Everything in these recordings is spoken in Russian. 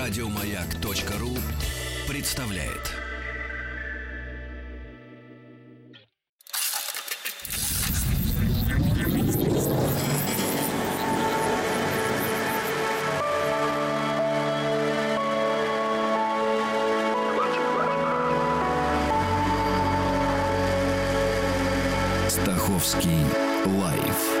Радиомаяк.ру представляет. Стаховский лайф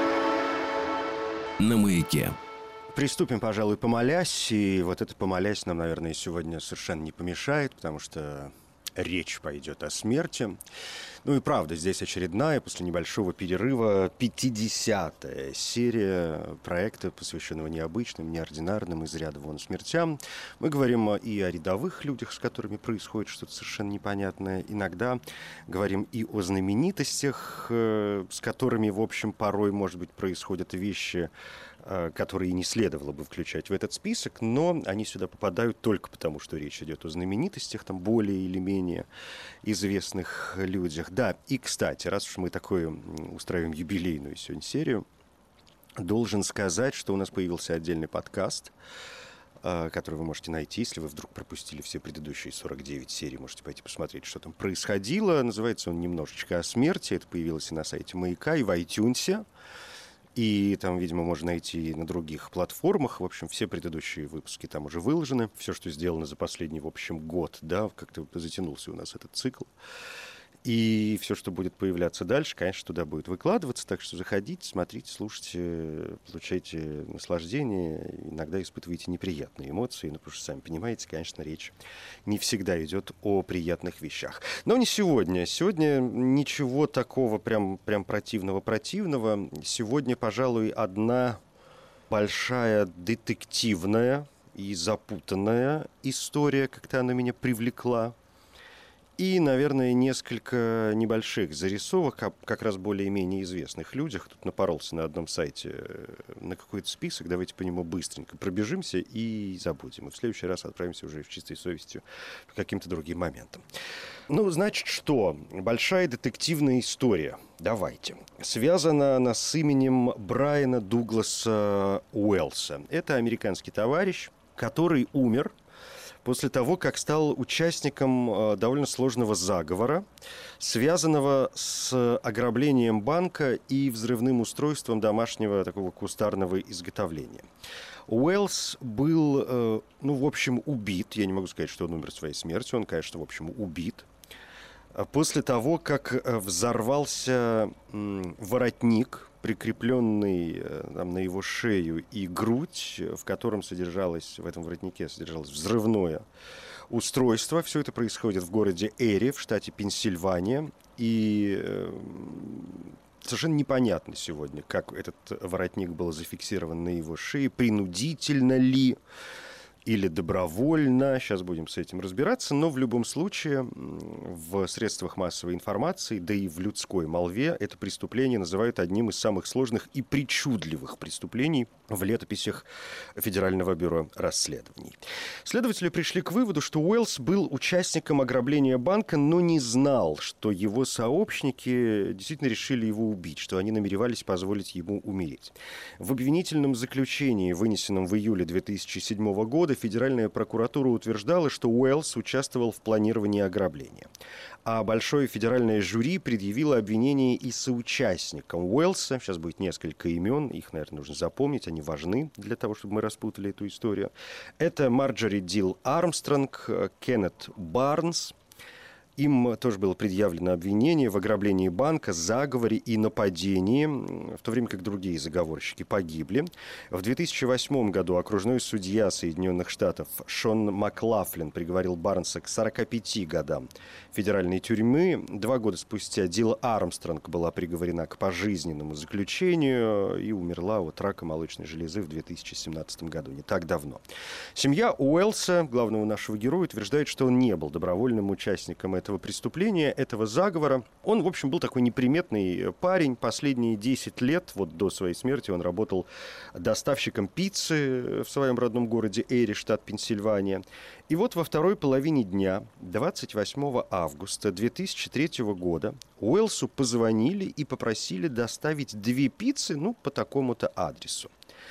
на Маяке. Приступим, пожалуй, помолясь. И вот это помолясь нам, наверное, сегодня совершенно не помешает, потому что речь пойдет о смерти. Ну и правда, здесь очередная, после небольшого перерыва, 50-я серия проекта, посвященного необычным, неординарным, из ряда вон смертям. Мы говорим и о рядовых людях, с которыми происходит что-то совершенно непонятное. Иногда говорим и о знаменитостях, с которыми, в общем, порой, может быть, происходят вещи, которые не следовало бы включать в этот список, но они сюда попадают только потому, что речь идет о знаменитостях, там, более или менее известных людях. Да, и, кстати, раз уж мы такую устраиваем юбилейную сегодня серию, должен сказать, что у нас появился отдельный подкаст, который вы можете найти, если вы вдруг пропустили все предыдущие 49 серий, можете пойти посмотреть, что там происходило. Называется он «Немножечко о смерти». Это появилось и на сайте Маяка, и в iTunes. И там, видимо, можно найти и на других платформах. В общем, все предыдущие выпуски там уже выложены. Все, что сделано за последний, в общем, год, да, как-то затянулся у нас этот цикл. И все, что будет появляться дальше, конечно, туда будет выкладываться. Так что заходите, смотрите, слушайте, получайте наслаждение. Иногда испытываете неприятные эмоции. Ну, потому что, сами понимаете, конечно, речь не всегда идет о приятных вещах. Но не сегодня. Сегодня ничего такого прям противного. Сегодня, пожалуй, одна большая детективная и запутанная история, как-то она меня привлекла. И, наверное, несколько небольших зарисовок как раз более-менее известных людях. Тут напоролся на одном сайте на какой-то список. Давайте по нему быстренько пробежимся и забудем. И в следующий раз отправимся уже в чистой совестью по каким-то другим моментам. Ну, значит, что? Большая детективная история. Давайте. Связана она с именем Брайана Дугласа Уэллса. Это американский товарищ, который умер после того, как стал участником довольно сложного заговора, связанного с ограблением банка и взрывным устройством домашнего такого кустарного изготовления. Уэллс был, в общем, убит. Я не могу сказать, что он умер своей смертью. Он, конечно, в общем, убит. После того, как взорвался воротник, прикрепленный на его шею и грудь, в этом воротнике содержалось взрывное устройство. Все это происходит в городе Эри, в штате Пенсильвания. И совершенно непонятно сегодня, как этот воротник был зафиксирован на его шее, принудительно ли или добровольно. Сейчас будем с этим разбираться. Но в любом случае в средствах массовой информации, да и в людской молве, это преступление называют одним из самых сложных и причудливых преступлений в летописях Федерального бюро расследований. Следователи пришли к выводу, что Уэллс был участником ограбления банка, но не знал, что его сообщники действительно решили его убить, что они намеревались позволить ему умереть. В обвинительном заключении, вынесенном в июле 2007 года, Федеральная прокуратура утверждала, что Уэллс участвовал в планировании ограбления. А большое федеральное жюри предъявило обвинение и соучастникам Уэллса. Сейчас будет несколько имен, их, наверное, нужно запомнить, они важны для того, чтобы мы распутали эту историю. Это Марджори Дил Армстронг, Кеннет Барнс. Им тоже было предъявлено обвинение в ограблении банка, заговоре и нападении, в то время как другие заговорщики погибли. В 2008 году окружной судья Соединенных Штатов Шон Маклафлин приговорил Барнса к 45 годам федеральной тюрьмы. 2 года спустя Дил Армстронг была приговорена к пожизненному заключению и умерла от рака молочной железы в 2017 году, не так давно. Семья Уэллса, главного нашего героя, утверждает, что он не был добровольным участником этого преступления, этого заговора. Он, в общем, был такой неприметный парень. Последние 10 лет, вот до своей смерти, он работал доставщиком пиццы в своем родном городе Эри, штат Пенсильвания. И вот во второй половине дня, 28 августа 2003 года, Уэллсу позвонили и попросили доставить 2 пиццы, по такому-то адресу.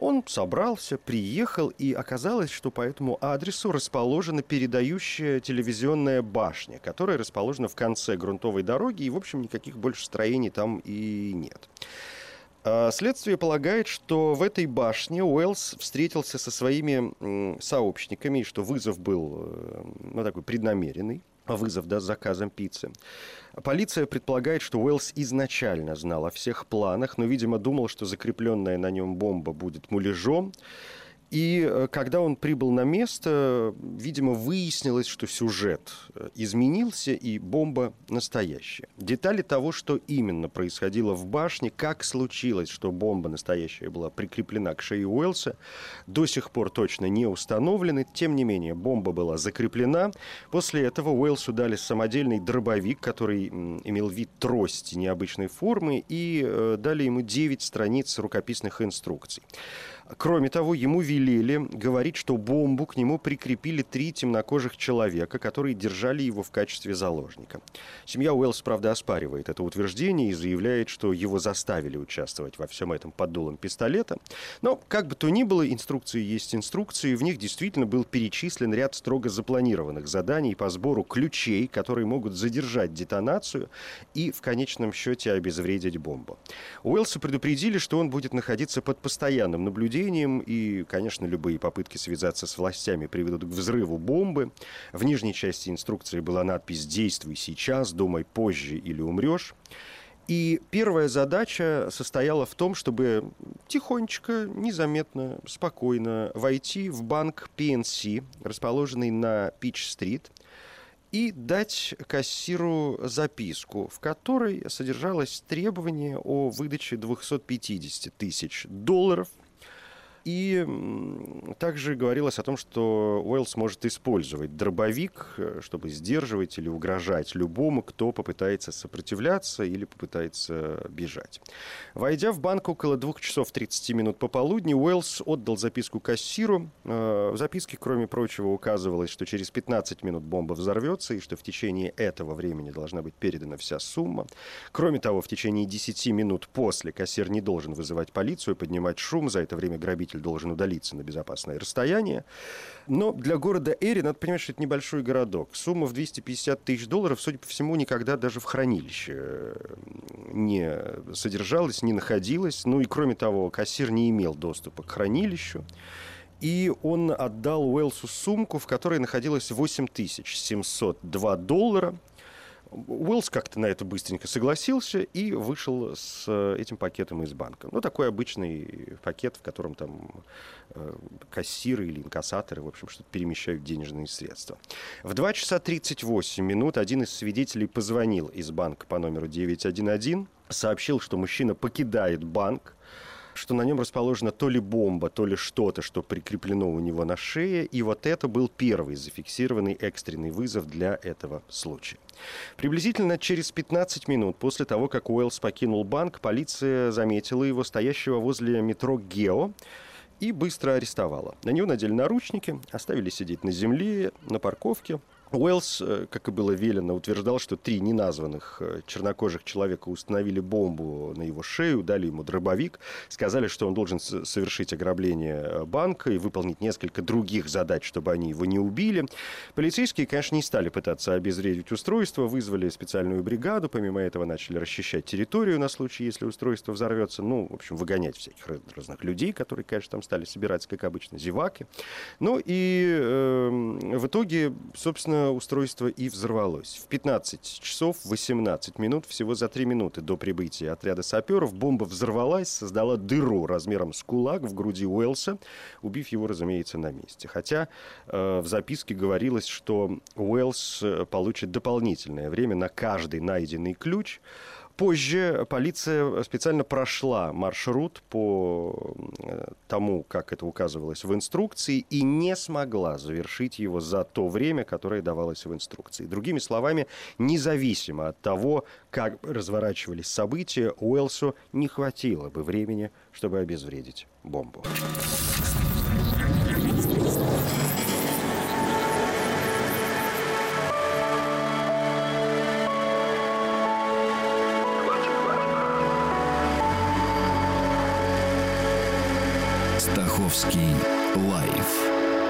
Он собрался, приехал, и оказалось, что по этому адресу расположена передающая телевизионная башня, которая расположена в конце грунтовой дороги, и, в общем, никаких больше строений там и нет. Следствие полагает, что в этой башне Уэллс встретился со своими сообщниками, и что вызов был такой преднамеренный. Вызов, да, с заказом пиццы. Полиция предполагает, что Уэллс изначально знал о всех планах, но, видимо, думал, что закрепленная на нем бомба будет муляжом. И когда он прибыл на место, видимо, выяснилось, что сюжет изменился и бомба настоящая. Детали того, что именно происходило в башне, как случилось, что бомба настоящая была прикреплена к шее Уэллса, до сих пор точно не установлены. Тем не менее, бомба была закреплена. После этого Уэллсу дали самодельный дробовик, который имел вид трости необычной формы, и дали ему 9 страниц рукописных инструкций. Кроме того, ему велели говорить, что бомбу к нему прикрепили 3 темнокожих человека, которые держали его в качестве заложника. Семья Уэллс, правда, оспаривает это утверждение и заявляет, что его заставили участвовать во всем этом под дулом пистолета. Но, как бы то ни было, инструкции есть инструкции. В них действительно был перечислен ряд строго запланированных заданий по сбору ключей, которые могут задержать детонацию и, в конечном счете, обезвредить бомбу. Уэллса предупредили, что он будет находиться под постоянным наблюдением, и, конечно, любые попытки связаться с властями приведут к взрыву бомбы. В нижней части инструкции была надпись «Действуй сейчас, думай позже или умрешь». И первая задача состояла в том, чтобы тихонечко, незаметно, спокойно войти в банк PNC, расположенный на Пич-стрит, и дать кассиру записку, в которой содержалось требование о выдаче $250 тысяч. И также говорилось о том, что Уэллс может использовать дробовик, чтобы сдерживать или угрожать любому, кто попытается сопротивляться или попытается бежать. Войдя в банк около 2 часов 30 минут пополудни, Уэллс отдал записку кассиру. В записке, кроме прочего, указывалось, что через 15 минут бомба взорвется и что в течение этого времени должна быть передана вся сумма. Кроме того, в течение 10 минут после кассир не должен вызывать полицию, поднимать шум. За это время грабитель должен удалиться на безопасное расстояние. Но для города Эри, надо понимать, что это небольшой городок. Сумма в $250 тысяч, судя по всему, никогда даже в хранилище не содержалась, не находилась. Ну и кроме того, кассир не имел доступа к хранилищу. И он отдал Уэллсу сумку, в которой находилось $8702. Уэллс как-то на это быстренько согласился и вышел с этим пакетом из банка. Ну, такой обычный пакет, в котором там кассиры или инкассаторы, в общем, что-то перемещают денежные средства. В 2 часа 38 минут один из свидетелей позвонил из банка по номеру 911, сообщил, что мужчина покидает банк, что на нем расположена то ли бомба, то ли что-то, что прикреплено у него на шее. И вот это был первый зафиксированный экстренный вызов для этого случая. Приблизительно через 15 минут после того, как Уэллс покинул банк, полиция заметила его стоящего возле метро Гео и быстро арестовала. На него надели наручники, оставили сидеть на земле, на парковке. Уэллс, как и было велено, утверждал, что 3 неназванных чернокожих человека установили бомбу на его шею, дали ему дробовик, сказали, что он должен совершить ограбление банка и выполнить несколько других задач, чтобы они его не убили. Полицейские, конечно, не стали пытаться обезвредить устройство, вызвали специальную бригаду, помимо этого начали расчищать территорию на случай, если устройство взорвется, ну, в общем, выгонять всяких разных людей, которые, конечно, там стали собираться, как обычно, зеваки. Ну и в итоге, собственно, устройство и взорвалось. В 15 часов 18 минут, всего за 3 минуты до прибытия отряда саперов, бомба взорвалась, создала дыру размером с кулак в груди Уэллса, убив его, разумеется, на месте. Хотя в записке говорилось, что Уэллс получит дополнительное время на каждый найденный ключ. Позже полиция специально прошла маршрут по тому, как это указывалось в инструкции, и не смогла завершить его за то время, которое давалось в инструкции. Другими словами, независимо от того, как разворачивались события, Уэллсу не хватило бы времени, чтобы обезвредить бомбу. Стаховский лайф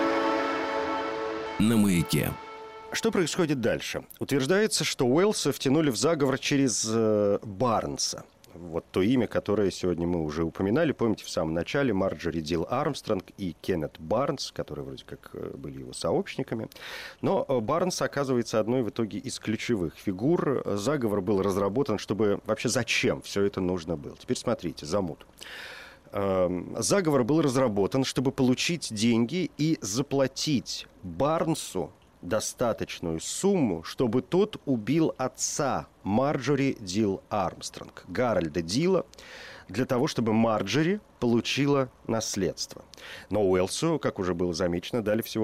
на Маяке. Что происходит дальше? Утверждается, что Уэллса втянули в заговор через Барнса. Вот то имя, которое сегодня мы уже упоминали. Помните, в самом начале Марджори Дил Армстронг и Кеннет Барнс, которые вроде как были его сообщниками. Но Барнс оказывается одной в итоге из ключевых фигур. Заговор был разработан, чтобы... Вообще зачем все это нужно было? Теперь смотрите, замут. Заговор был разработан, чтобы получить деньги и заплатить Барнсу достаточную сумму, чтобы тот убил отца Марджори Дил Армстронг, Гарольда Дила, для того, чтобы Марджори получила наследство. Но Уэллсу, как уже было замечено, дали всего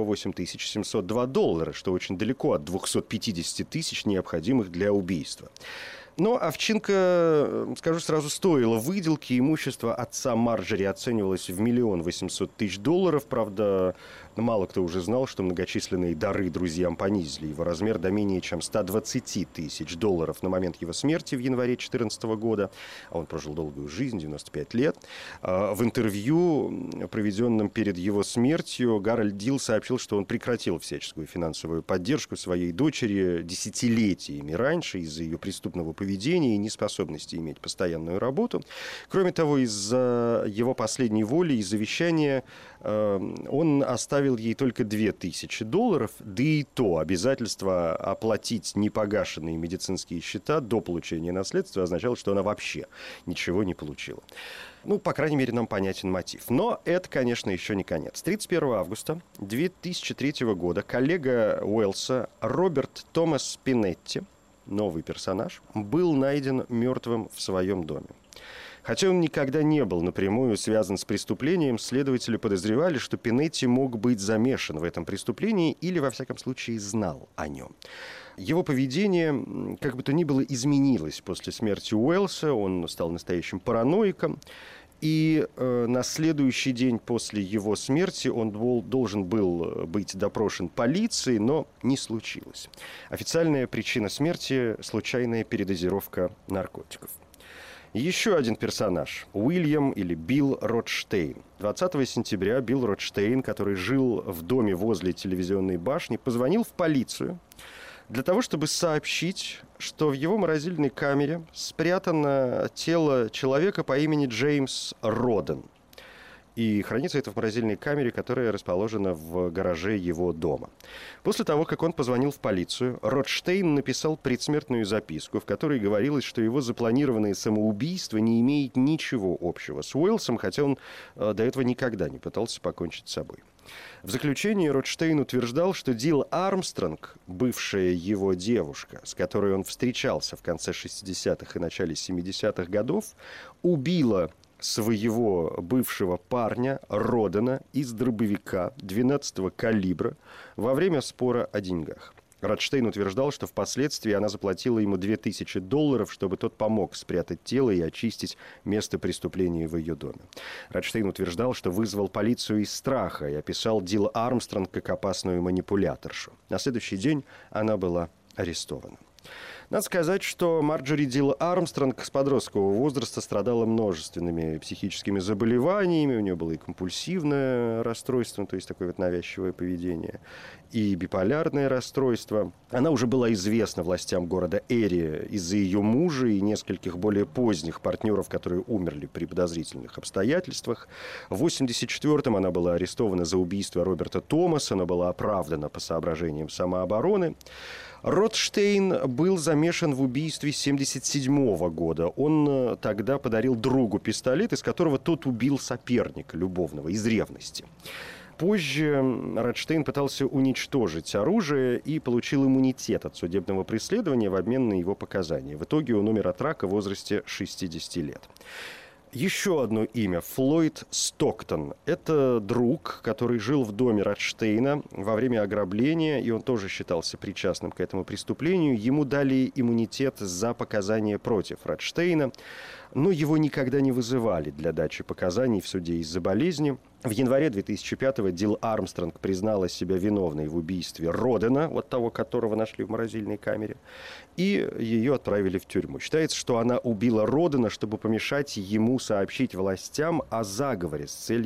$8702, что очень далеко от 250 тысяч, необходимых для убийства. Но овчинка, скажу сразу, стоила выделки. Имущество отца Марджори оценивалось в $1 800 000. Правда, мало кто уже знал, что многочисленные дары друзьям понизили его размер до менее чем $120 000 на момент его смерти в январе 2014 года. А он прожил долгую жизнь, 95 лет. В интервью, проведенном перед его смертью, Гарольд Дил сообщил, что он прекратил всяческую финансовую поддержку своей дочери десятилетиями раньше из-за ее преступного поведения и неспособности иметь постоянную работу. Кроме того, из-за его последней воли и завещания он оставил ей только $2000, да и то обязательство оплатить непогашенные медицинские счета до получения наследства означало, что она вообще ничего не получила. Ну, по крайней мере, нам понятен мотив. Но это, конечно, еще не конец. 31 августа 2003 года коллега Уэллса Роберт Томас Пинетти, новый персонаж, был найден мертвым в своем доме. Хотя он никогда не был напрямую связан с преступлением, следователи подозревали, что Пинетти мог быть замешан в этом преступлении или, во всяком случае, знал о нем. Его поведение, как бы то ни было, изменилось после смерти Уэллса. Он стал настоящим параноиком. И на следующий день после его смерти он должен был быть допрошен полицией, но не случилось. Официальная причина смерти – случайная передозировка наркотиков. Еще один персонаж – Уильям или Билл Ротштейн. 20 сентября Билл Ротштейн, который жил в доме возле телевизионной башни, позвонил в полицию для того, чтобы сообщить, что в его морозильной камере спрятано тело человека по имени Джеймс Роден. И хранится это в морозильной камере, которая расположена в гараже его дома. После того, как он позвонил в полицию, Ротштейн написал предсмертную записку, в которой говорилось, что его запланированное самоубийство не имеет ничего общего с Уэллсом, хотя он до этого никогда не пытался покончить с собой. В заключении Ротштейн утверждал, что Дил Армстронг, бывшая его девушка, с которой он встречался в конце 60-х и начале 70-х годов, убила своего бывшего парня Родена из дробовика 12-го калибра во время спора о деньгах. Ротштейн утверждал, что впоследствии она заплатила ему $2000, чтобы тот помог спрятать тело и очистить место преступления в ее доме. Ротштейн утверждал, что вызвал полицию из страха и описал Дил Армстронг как опасную манипуляторшу. На следующий день она была арестована. Надо сказать, что Марджори Дил Армстронг с подросткового возраста страдала множественными психическими заболеваниями. У нее было и компульсивное расстройство, то есть такое вот навязчивое поведение, и биполярное расстройство. Она уже была известна властям города Эри из-за ее мужа и нескольких более поздних партнеров, которые умерли при подозрительных обстоятельствах. В 1984-м она была арестована за убийство Роберта Томаса, но была оправдана по соображениям самообороны. Ротштейн был замешан в убийстве 1977 года. Он тогда подарил другу пистолет, из которого тот убил соперника любовного из ревности. Позже Ротштейн пытался уничтожить оружие и получил иммунитет от судебного преследования в обмен на его показания. В итоге он умер от рака в возрасте 60 лет. Еще одно имя – Флойд Стоктон. Это друг, который жил в доме Ротштейна во время ограбления, и он тоже считался причастным к этому преступлению. Ему дали иммунитет за показания против Ротштейна, но его никогда не вызывали для дачи показаний в суде из-за болезни. В январе 2005-го Дил Армстронг признала себя виновной в убийстве Родена, вот того, которого нашли в морозильной камере, и ее отправили в тюрьму. Считается, что она убила Родена, чтобы помешать ему сообщить властям о заговоре с целью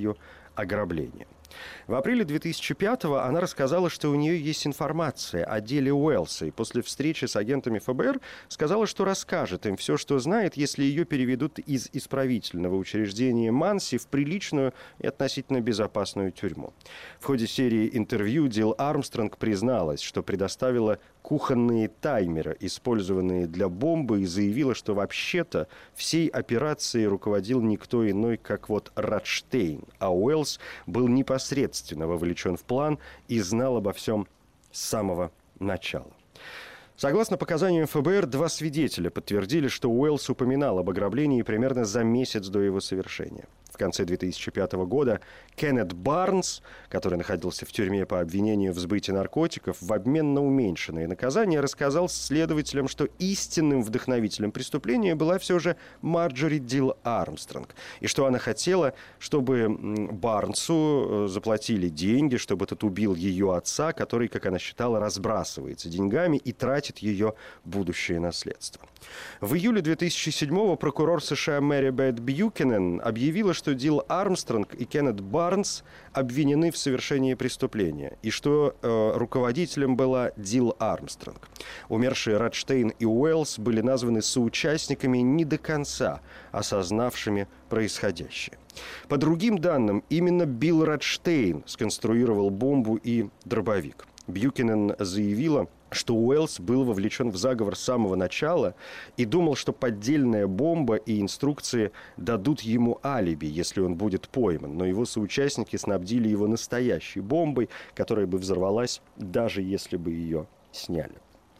ограбления. В апреле 2005-го она рассказала, что у нее есть информация о деле Уэллса, и после встречи с агентами ФБР сказала, что расскажет им все, что знает, если ее переведут из исправительного учреждения Манси в приличную и относительно безопасную тюрьму. В ходе серии интервью Дил Армстронг призналась, что предоставила кухонные таймеры, использованные для бомбы, и заявила, что вообще-то всей операцией руководил никто иной, как вот Радштейн, а Уэллс был непосредственно вовлечен в план и знал обо всем с самого начала. Согласно показаниям ФБР, 2 свидетеля подтвердили, что Уэллс упоминал об ограблении примерно за месяц до его совершения. В конце 2005 года Кеннет Барнс, который находился в тюрьме по обвинению в сбытии наркотиков, в обмен на уменьшенное наказание рассказал следователям, что истинным вдохновителем преступления была все же Марджори Дил Армстронг, и что она хотела, чтобы Барнсу заплатили деньги, чтобы тот убил ее отца, который, как она считала, разбрасывается деньгами и тратит ее будущее наследство. В июле 2007-го прокурор США Мэри Бет Бьюкенен объявила, что Дил Армстронг и Кеннет Барнс обвинены в совершении преступления, и что руководителем была Дил Армстронг. Умершие Радштейн и Уэллс были названы соучастниками, не до конца осознавшими происходящее. По другим данным, именно Билл Радштейн сконструировал бомбу и дробовик. Бьюкенен заявила, что Уэллс был вовлечен в заговор с самого начала и думал, что поддельная бомба и инструкции дадут ему алиби, если он будет пойман. Но его соучастники снабдили его настоящей бомбой, которая бы взорвалась, даже если бы ее сняли.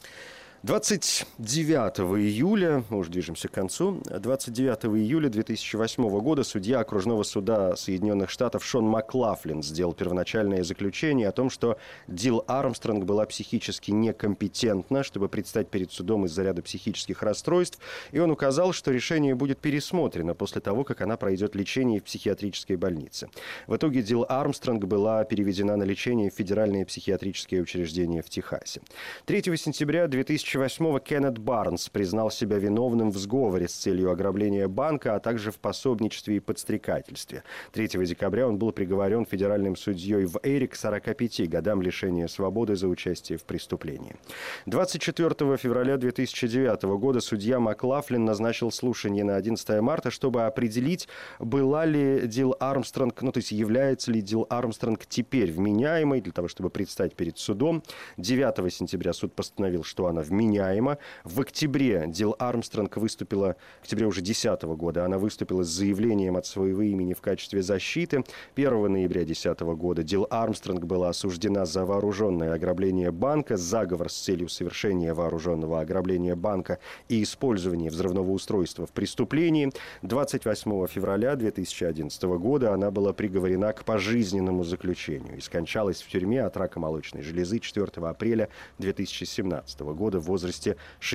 29 июля, мы уже движемся к концу, 29 июля 2008 года судья окружного суда Соединенных Штатов Шон Маклафлин сделал первоначальное заключение о том, что Дил Армстронг была психически некомпетентна, чтобы предстать перед судом из-за ряда психических расстройств, и он указал, что решение будет пересмотрено после того, как она пройдет лечение в психиатрической больнице. В итоге Дил Армстронг была переведена на лечение в федеральное психиатрическое учреждение в Техасе. 3 сентября 2008 Кеннет Барнс признал себя виновным в сговоре с целью ограбления банка, а также в пособничестве и подстрекательстве. 3 декабря он был приговорен федеральным судьей в Эри к 45 годам лишения свободы за участие в преступлении. 24 февраля 2009 года судья Маклафлин назначил слушание на 11 марта, чтобы определить, была ли Дил Армстронг, то есть является ли Дил Армстронг теперь вменяемой для того, чтобы предстать перед судом. 9 сентября суд постановил, что она вменяема. В октябре Дил Армстронг выступила, в октябре уже 2010 года, она выступила с заявлением от своего имени в качестве защиты. 1 ноября 2010 года Дил Армстронг была осуждена за вооруженное ограбление банка, заговор с целью совершения вооруженного ограбления банка и использования взрывного устройства в преступлении. 28 февраля 2011 года она была приговорена к пожизненному заключению и скончалась в тюрьме от рака молочной железы 4 апреля 2017 года в возрасте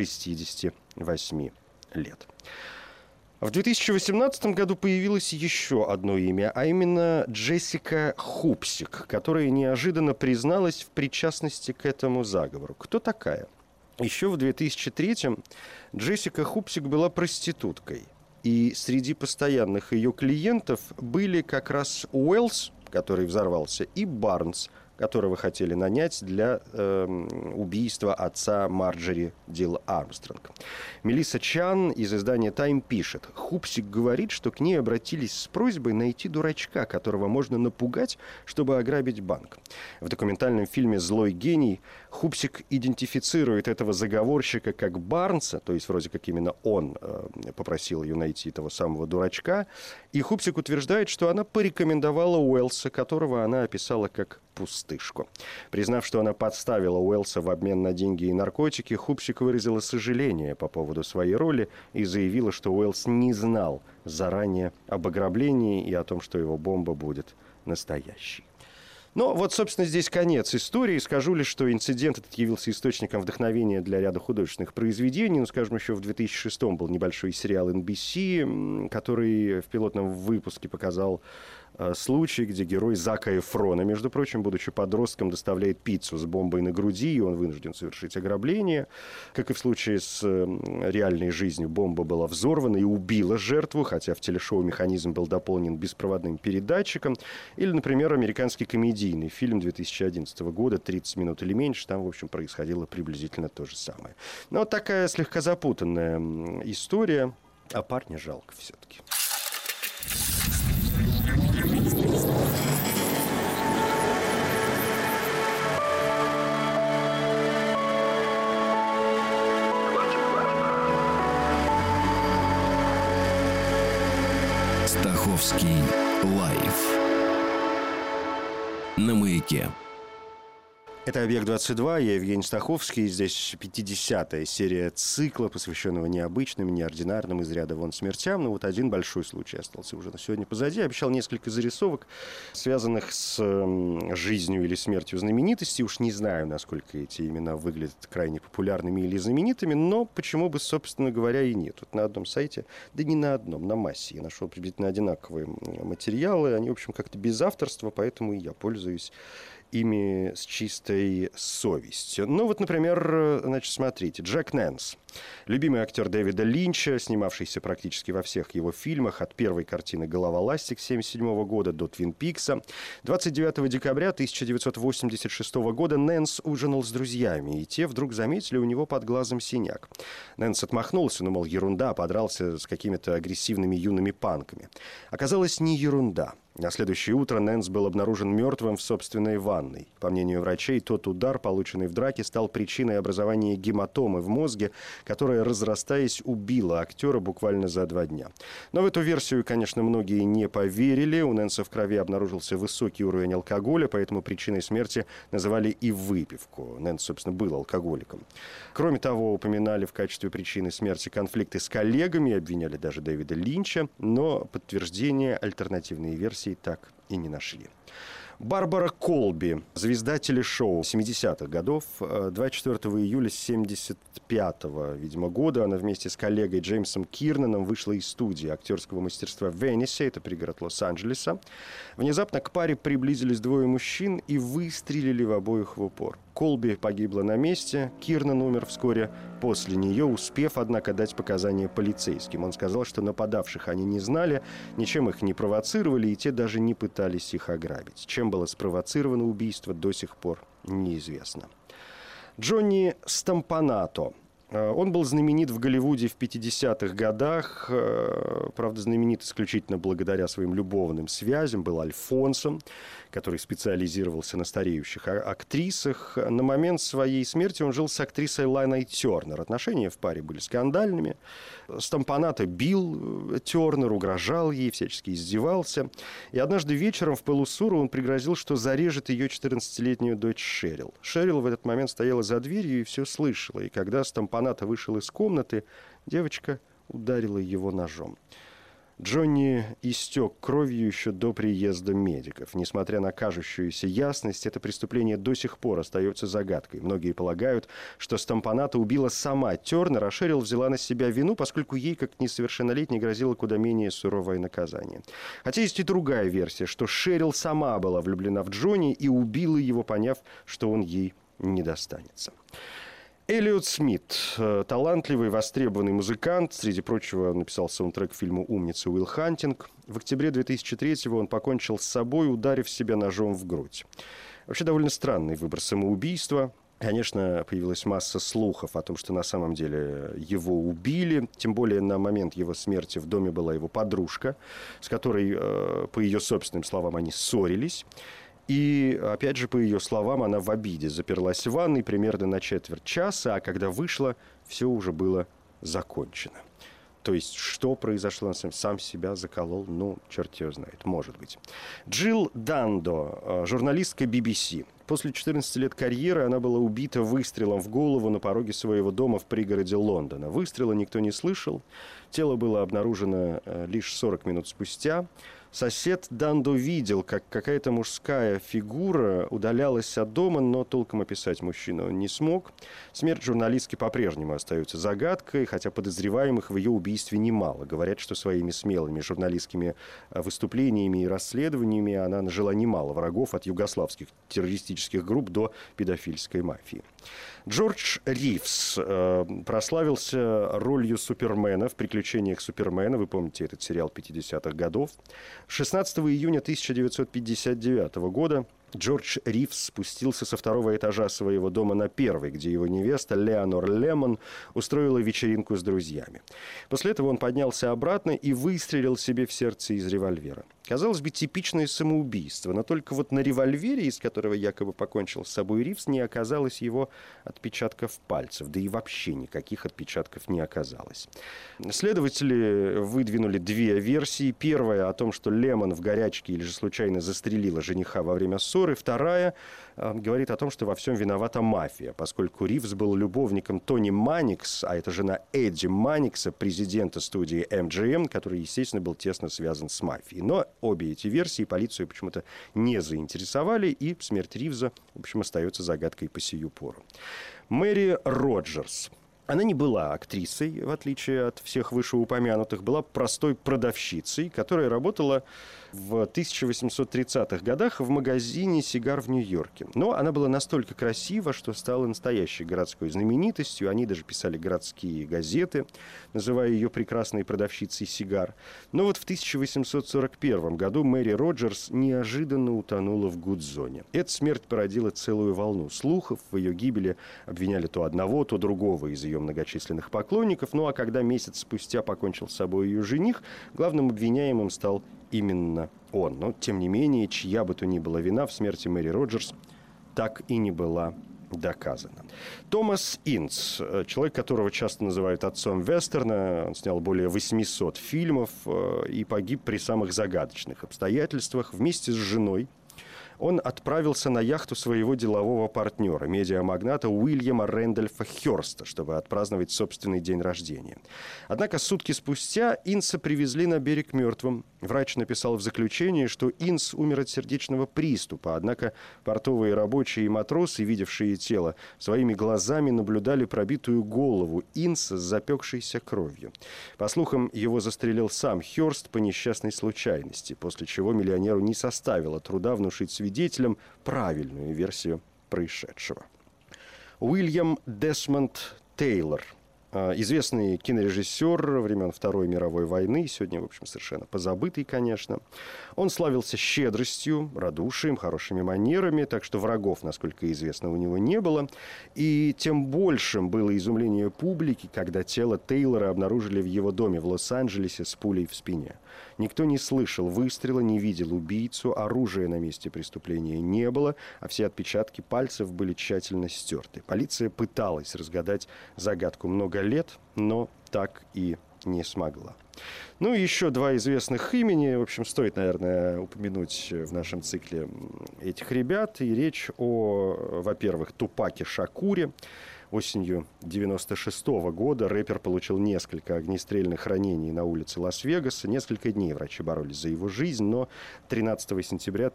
68 лет. В 2018 году появилось еще одно имя, а именно Джессика Хупсик, которая неожиданно призналась в причастности к этому заговору. Кто такая? Еще в 2003-м Джессика Хупсик была проституткой. И среди постоянных ее клиентов были как раз Уэллс, который взорвался, и Барнс, которого хотели нанять для убийства отца Марджори Дил Армстронг. Мелисса Чан из издания «Тайм» пишет: Хупсик говорит, что к ней обратились с просьбой найти дурачка, которого можно напугать, чтобы ограбить банк. В документальном фильме «Злой гений» Хупсик идентифицирует этого заговорщика как Барнса, то есть вроде как именно он попросил ее найти того самого дурачка, и Хупсик утверждает, что она порекомендовала Уэллса, которого она описала как пустышку. Признав, что она подставила Уэллса в обмен на деньги и наркотики, Хупсик выразила сожаление по поводу своей роли и заявила, что Уэллс не знал заранее об ограблении и о том, что его бомба будет настоящей. Но вот, собственно, здесь конец истории. Скажу лишь, что инцидент этот явился источником вдохновения для ряда художественных произведений. Ну, скажем, еще в 2006-м был небольшой сериал NBC, который в пилотном выпуске показал случай, где герой Зака Эфрона, между прочим, будучи подростком, доставляет пиццу с бомбой на груди, и он вынужден совершить ограбление. Как и в случае с реальной жизнью, бомба была взорвана и убила жертву, хотя в телешоу механизм был дополнен беспроводным передатчиком. Или, например, американский комедийный фильм 2011 года «30 минут или меньше». Там, в общем, происходило приблизительно то же самое. Но вот такая слегка запутанная история. А парня жалко все-таки. Стаховский лайф на Маяке. Это «Объект-22», я Евгений Стаховский. Здесь 50-я серия цикла, посвященного необычным, неординарным, из ряда вон смертям. Но вот один большой случай остался уже на сегодня позади. Я обещал несколько зарисовок, связанных с жизнью или смертью знаменитостей. Уж не знаю, насколько эти имена выглядят крайне популярными или знаменитыми, но почему бы, собственно говоря, и нет. Вот на одном сайте, да не на одном, на массе, я нашел приблизительно одинаковые материалы. Они, в общем, как-то без авторства, поэтому и я пользуюсь ими с чистой совестью. Ну вот, например, значит, смотрите, Джек Нэнс. Любимый актер Дэвида Линча, снимавшийся практически во всех его фильмах, от первой картины «Голова ластик» 1977 года до «Твин Пикса». 29 декабря 1986 года Нэнс ужинал с друзьями, и те вдруг заметили у него под глазом синяк. Нэнс отмахнулся, мол, ерунда, подрался с какими-то агрессивными юными панками. Оказалось, не ерунда. На следующее утро Нэнс был обнаружен мертвым в собственной ванной. По мнению врачей, тот удар, полученный в драке, стал причиной образования гематомы в мозге, которая, разрастаясь, убила актера буквально за 2 дня. Но в эту версию, конечно, многие не поверили. У Нэнса в крови обнаружился высокий уровень алкоголя, поэтому причиной смерти называли и выпивку. Нэнс, собственно, был алкоголиком. Кроме того, упоминали в качестве причины смерти конфликты с коллегами, обвиняли даже Дэвида Линча, но подтверждения альтернативные версии так и не нашли. Барбара Колби, звезда телешоу 70-х годов. 24 июля 75-го, видимо, года она вместе с коллегой Джеймсом Кирнаном вышла из студии актерского мастерства в Венесе, это пригород Лос-Анджелеса. Внезапно к паре приблизились 2 мужчин и выстрелили в обоих в упор. Колби погибла на месте, Кирнан умер вскоре после нее, успев, однако, дать показания полицейским. Он сказал, что нападавших они не знали, ничем их не провоцировали, и те даже не пытались их ограбить. Чем было спровоцировано убийство, до сих пор неизвестно. Джонни Стампанато. Он был знаменит в Голливуде в 50-х годах, правда, знаменит исключительно благодаря своим любовным связям, был альфонсом, который специализировался на стареющих актрисах. На момент своей смерти он жил с актрисой Лайной Тернер. Отношения в паре были скандальными. Стампанато бил Тернер, угрожал ей, всячески издевался. И однажды вечером в пылу ссоры он пригрозил, что зарежет ее 14-летнюю дочь Шерил. Шерил в этот момент стояла за дверью и все слышала. И когда Стампанато вышел из комнаты, девочка ударила его ножом. Джонни истек кровью еще до приезда медиков. Несмотря на кажущуюся ясность, это преступление до сих пор остается загадкой. Многие полагают, что Стампанато убила сама Тернер, а Шерил взяла на себя вину, поскольку ей, как несовершеннолетней, грозило куда менее суровое наказание. Хотя есть и другая версия, что Шерил сама была влюблена в Джонни и убила его, поняв, что он ей не достанется. Эллиот Смит, талантливый, востребованный музыкант. Среди прочего, написал саундтрек к фильму «Умница Уилл Хантинг». В октябре 2003-го он покончил с собой, ударив себя ножом в грудь. Вообще довольно странный выбор самоубийства. Конечно, появилась масса слухов о том, что на самом деле его убили. Тем более на момент его смерти в доме была его подружка, с которой, по ее собственным словам, они ссорились. И, опять же, по ее словам, она в обиде заперлась в ванной примерно на четверть часа, а когда вышла, все уже было закончено. То есть, что произошло? Он сам себя заколол, ну, черт его знает, может быть. Джилл Дандо, журналистка BBC. После 14 лет карьеры она была убита выстрелом в голову на пороге своего дома в пригороде Лондона. Выстрела никто не слышал. Тело было обнаружено лишь 40 минут спустя. Сосед Дандо видел, как какая-то мужская фигура удалялась от дома, но толком описать мужчину он не смог. Смерть журналистки по-прежнему остается загадкой, хотя подозреваемых в ее убийстве немало. Говорят, что своими смелыми журналистскими выступлениями и расследованиями она нажила немало врагов от югославских террористических групп до педофильской мафии. Джордж Ривз прославился ролью Супермена в «Приключениях Супермена». Вы помните этот сериал 50-х годов. 16 июня 1959 года Джордж Ривз спустился со второго этажа своего дома на первый, где его невеста Леонор Лемон устроила вечеринку с друзьями. После этого он поднялся обратно и выстрелил себе в сердце из револьвера. Казалось бы, типичное самоубийство, но только вот на револьвере, из которого якобы покончил с собой Ривз, не оказалось его отпечатков пальцев, да и вообще никаких отпечатков не оказалось. Следователи выдвинули две версии. Первая о том, что Лемон в горячке или же случайно застрелила жениха во время ссоры. Вторая говорит о том, что во всем виновата мафия, поскольку Ривз был любовником Тони Манникс, а это жена Эдди Манникса, президента студии MGM, который, естественно, был тесно связан с мафией. Но обе эти версии полицию почему-то не заинтересовали, и смерть Ривза, в общем, остается загадкой по сию пору. Мэри Роджерс. Она не была актрисой, в отличие от всех вышеупомянутых, была простой продавщицей, которая работала в 1830-х годах в магазине сигар в Нью-Йорке. Но она была настолько красива, что стала настоящей городской знаменитостью. Они даже писали городские газеты, называя ее прекрасной продавщицей сигар. Но вот в 1841 году Мэри Роджерс неожиданно утонула в Гудзоне. Эта смерть породила целую волну слухов. В ее гибели обвиняли то одного, то другого из ее многочисленных поклонников. Ну а когда месяц спустя покончил с собой ее жених, главным обвиняемым стал именно он. Но, тем не менее, чья бы то ни была вина в смерти Мэри Роджерс так и не была доказана. Томас Инс, человек, которого часто называют отцом вестерна, он снял более 800 фильмов и погиб при самых загадочных обстоятельствах вместе с женой. Он отправился на яхту своего делового партнера, медиамагната Уильяма Рэндольфа Хёрста, чтобы отпраздновать собственный день рождения. Однако сутки спустя Инса привезли на берег мертвым. Врач написал в заключении, что Инс умер от сердечного приступа, однако портовые рабочие и матросы, видевшие тело, своими глазами наблюдали пробитую голову Инса с запекшейся кровью. По слухам, его застрелил сам Хёрст по несчастной случайности, после чего миллионеру не составило труда внушить свидетелям правильную версию происшедшего. Уильям Десмонд Тейлор, известный кинорежиссер времен Второй мировой войны, сегодня, в общем, совершенно позабытый, конечно. Он славился щедростью, радушием, хорошими манерами, так что врагов, насколько известно, у него не было. И тем большим было изумление публики, когда тело Тейлора обнаружили в его доме в Лос-Анджелесе с пулей в спине. Никто не слышал выстрела, не видел убийцу, оружия на месте преступления не было, а все отпечатки пальцев были тщательно стерты. Полиция пыталась разгадать загадку много лет, но так и не смогла. Ну и еще два известных имени. В общем, стоит, наверное, упомянуть в нашем цикле этих ребят. И речь о, во-первых, Тупаке Шакуре. Осенью 1996 года рэпер получил несколько огнестрельных ранений на улице Лас-Вегаса. Несколько дней врачи боролись за его жизнь, но 13 сентября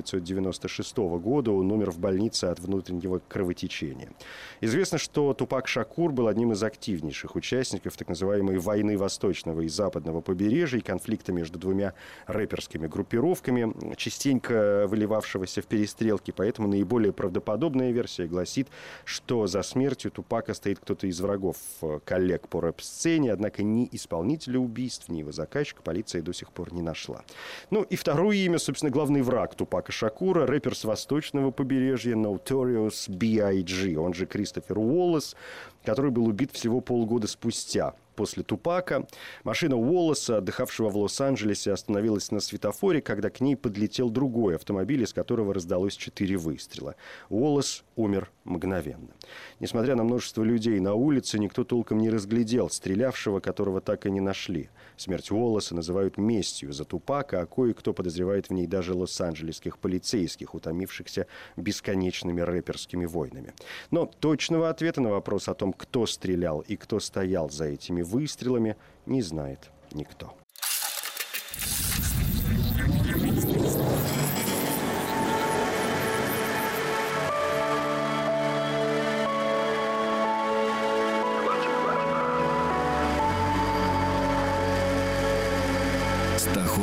1996 года он умер в больнице от внутреннего кровотечения. Известно, что Тупак Шакур был одним из активнейших участников так называемой войны восточного и западного побережья и конфликта между двумя рэперскими группировками, частенько выливавшегося в перестрелки. Поэтому наиболее правдоподобная версия гласит, что за смертью Тупака стоит кто-то из врагов коллег по рэп-сцене, однако ни исполнителя убийств, ни его заказчика полиция до сих пор не нашла. Ну и второе имя, собственно, главный враг Тупака Шакура, рэпер с восточного побережья Notorious B.I.G., он же Кристофер Уоллес, который был убит всего полгода спустя. После Тупака машина Уоллеса, отдыхавшего в Лос-Анджелесе, остановилась на светофоре, когда к ней подлетел другой автомобиль, из которого раздалось 4 выстрела. Уоллес умер мгновенно. Несмотря на множество людей на улице, никто толком не разглядел стрелявшего, которого так и не нашли. Смерть Уоллеса называют местью за Тупака, а кое-кто подозревает в ней даже лос-анджелесских полицейских, утомившихся бесконечными рэперскими войнами. Но точного ответа на вопрос о том, кто стрелял и кто стоял за этими выстрелами, не знает никто.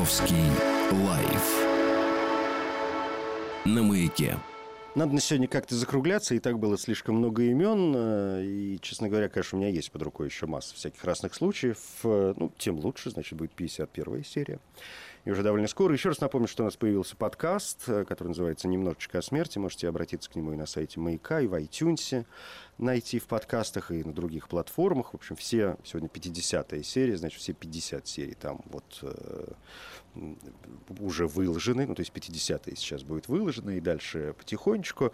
Стаховский лайф на Маяке. Надо на сегодня как-то закругляться, и так было слишком много имен, и, честно говоря, конечно, у меня есть под рукой еще масса всяких разных случаев, тем лучше, значит, будет 51-я серия, и уже довольно скоро. Еще раз напомню, что у нас появился подкаст, который называется «Немножечко о смерти», можете обратиться к нему и на сайте Маяка, и в iTunes найти в подкастах, и на других платформах, в общем, все, сегодня 50-я серия, значит, все 50 серий там уже выложены, то есть 50-я сейчас будет выложена, и дальше потихонечку.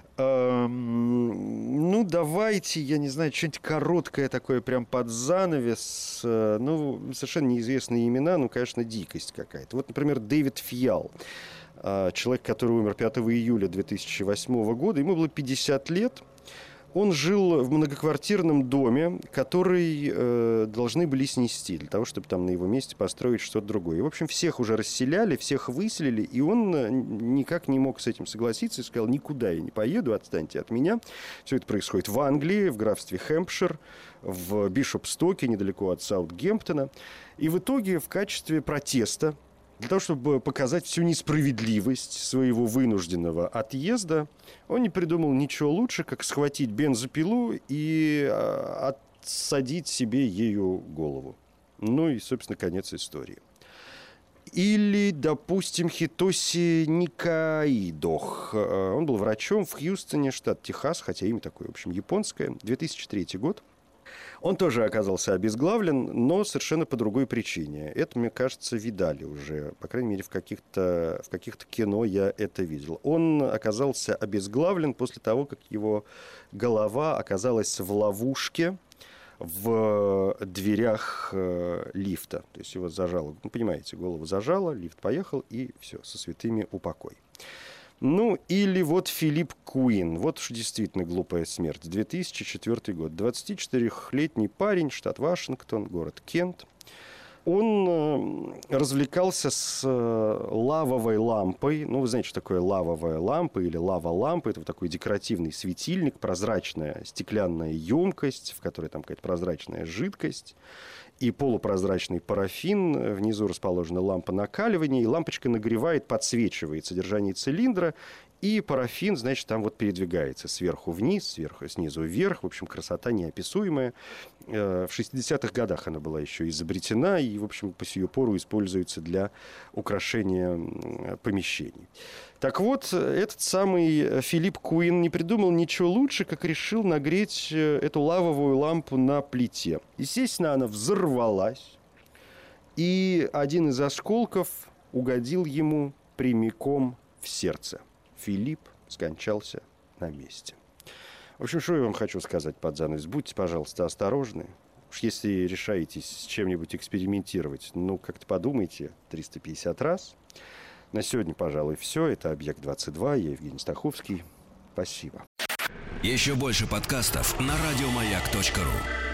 Давайте, я не знаю, что-нибудь короткое такое, прям под занавес, совершенно неизвестные имена, конечно, дикость какая-то. Вот, например, Дэвид Фьял, человек, который умер 5 июля 2008 года, ему было 50 лет. Он жил в многоквартирном доме, который должны были снести для того, чтобы там на его месте построить что-то другое. И, в общем, всех уже расселяли, всех выселили, и он никак не мог с этим согласиться и сказал: никуда я не поеду, отстаньте от меня. Все это происходит в Англии, в графстве Хэмпшир, в Бишопстоке, недалеко от Саутгемптона. И в итоге в качестве протеста, для того, чтобы показать всю несправедливость своего вынужденного отъезда, он не придумал ничего лучше, как схватить бензопилу и отсадить себе ею голову. И, собственно, конец истории. Или, допустим, Хитоси Никаидох. Он был врачом в Хьюстоне, штат Техас, хотя имя такое, в общем, японское. 2003 год. Он тоже оказался обезглавлен, но совершенно по другой причине. Это, мне кажется, видали уже. По крайней мере, в каких-то кино я это видел. Он оказался обезглавлен после того, как его голова оказалась в ловушке в дверях лифта. То есть его зажало. Понимаете, голову зажало, лифт поехал, и все, со святыми упокой. Или вот Филипп Куин. Вот уж действительно глупая смерть. 2004 год. 24-летний парень, штат Вашингтон, город Кент. Он развлекался с лавовой лампой. Вы знаете, что такое лавовая лампа или лава-лампа. Это вот такой декоративный светильник, прозрачная стеклянная емкость, в которой там какая-то прозрачная жидкость. И полупрозрачный парафин, внизу расположена лампа накаливания, и лампочка нагревает, подсвечивает содержание цилиндра, и парафин, значит, там передвигается сверху вниз, снизу вверх. В общем, красота неописуемая. В 60-х годах она была еще изобретена, и, в общем, по сию пору используется для украшения помещений. Так вот, этот самый Филипп Куин не придумал ничего лучше, как решил нагреть эту лавовую лампу на плите. Естественно, она взорвалась, и один из осколков угодил ему прямиком в сердце. Филипп скончался на месте. В общем, что я вам хочу сказать под занавес. Будьте, пожалуйста, осторожны. Уж если решаетесь с чем-нибудь экспериментировать, как-то подумайте 350 раз. На сегодня, пожалуй, все. Это «Объект-22». Я Евгений Стаховский. Спасибо. Еще больше подкастов на радиомаяк.ру.